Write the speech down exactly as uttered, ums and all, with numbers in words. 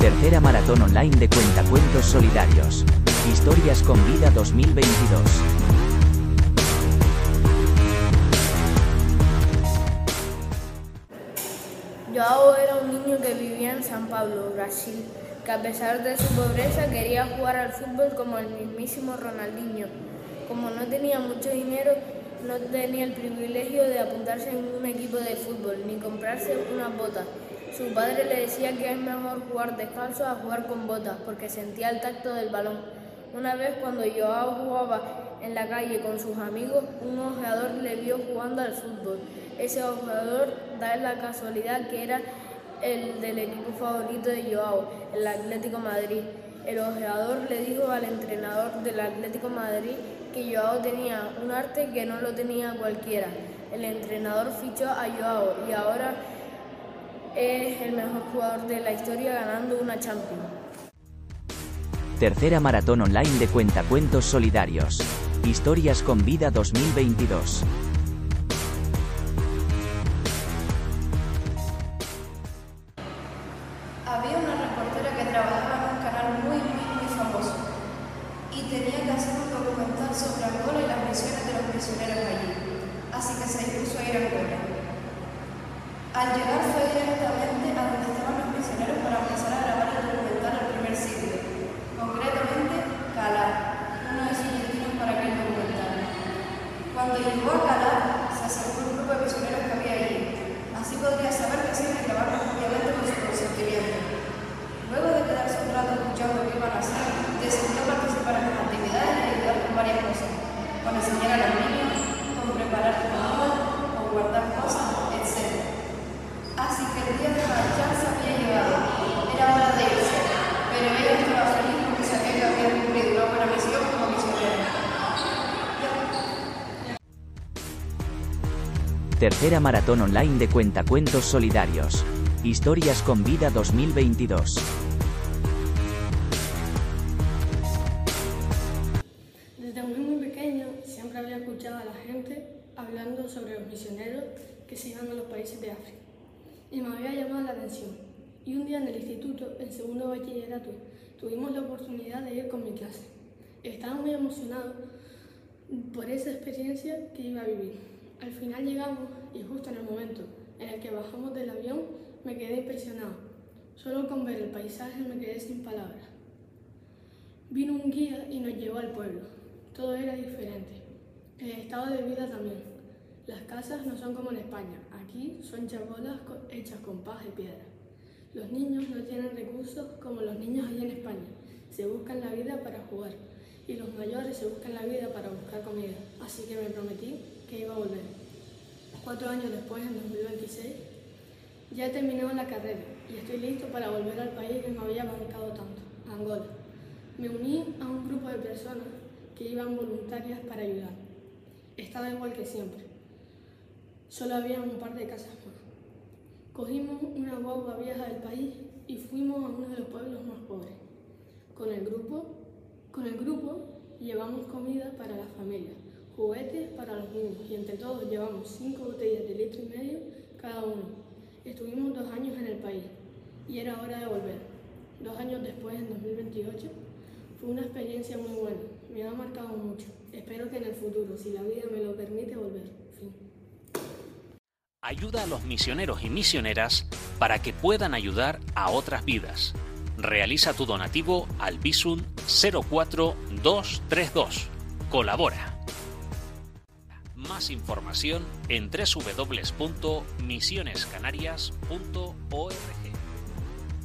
Tercera Maratón Online de Cuentacuentos Solidarios. Historias con Vida dos mil veintidós. Joao era un niño que vivía en San Pablo, Brasil, que a pesar de su pobreza quería jugar al fútbol como el mismísimo Ronaldinho. Como no tenía mucho dinero, no tenía el privilegio de apuntarse en un equipo de fútbol, ni comprarse unas botas. Su padre le decía que es mejor jugar descalzo a jugar con botas, porque sentía el tacto del balón. Una vez, cuando Joao jugaba en la calle con sus amigos, un ojeador le vio jugando al fútbol. Ese ojeador da la casualidad que era el del equipo favorito de Joao, el Atlético Madrid. El ojeador le dijo al entrenador del Atlético Madrid que Joao tenía un arte que no lo tenía cualquiera. El entrenador fichó a Joao y ahora es el mejor jugador de la historia, ganando una Champions. Tercera Maratón Online de Cuentacuentos Solidarios. Historias con Vida dos mil veintidós. Había una reportera que trabajaba en un canal muy, muy, muy famoso y tenía que hacer un documental sobre Angola y las misiones de los misioneros allí, así que se dispuso a ir a Angola. Al llegar fue directamente a donde estaban los misioneros para empezar a grabar el documental al primer sitio, concretamente Calar, uno de sus destinos para aquel documental. Cuando llegó a Calar, se acercó un grupo de misioneros que había allí, así podría saber que se iba a grabar obviamente con su consentimiento. Luego de quedarse un rato escuchando lo que iban a hacer, decidió participar en las actividades y ayudar con varias cosas, con enseñar a los niños, con preparar comida, con guardar cosas, etcétera. Así que el día de marchar se había llegado, era hora de irse, pero ella estaba feliz porque sabía que había cumplido una buena misión como misionera. Tercera Maratón Online de Cuentacuentos Solidarios. Historias con Vida dos mil veintidós. Desde muy muy pequeño siempre había escuchado a la gente hablando sobre los misioneros que se iban a los países de África y me había llamado la atención. Y un día en el instituto, en segundo bachillerato, tuvimos la oportunidad de ir con mi clase. Estaba muy emocionado por esa experiencia que iba a vivir. Al final llegamos y justo en el momento en el que bajamos del avión me quedé impresionado. Solo con ver el paisaje me quedé sin palabras. Vino un guía y nos llevó al pueblo. Todo era diferente. El estado de vida también. Las casas no son como en España. Aquí son chabolas hechas con paja y piedra. Los niños no tienen recursos como los niños allá en España. Se buscan la vida para jugar. Y los mayores se buscan la vida para buscar comida. Así que me prometí que iba a volver. Cuatro años después, en dos mil veintiséis, ya he terminado la carrera y estoy listo para volver al país que me había marcado tanto, Angola. Me uní a un grupo de personas que iban voluntarias para ayudar. Estaba igual que siempre. Solo había un par de casas más. Cogimos una guagua vieja del país y fuimos a uno de los pueblos más pobres. Con el grupo, con el grupo llevamos comida para la familia, juguetes para los niños y entre todos llevamos cinco botellas de litro y medio cada uno. Estuvimos dos años en el país y era hora de volver. Dos años después, en dos mil veintiocho, fue una experiencia muy buena. Me ha marcado mucho. Espero que en el futuro, si la vida me lo permite, volver. Fin. Ayuda a los misioneros y misioneras para que puedan ayudar a otras vidas. Realiza tu donativo al Bizum cero cuatro dos tres dos. Colabora. Más información en doble u doble u doble u punto misiones canarias punto org.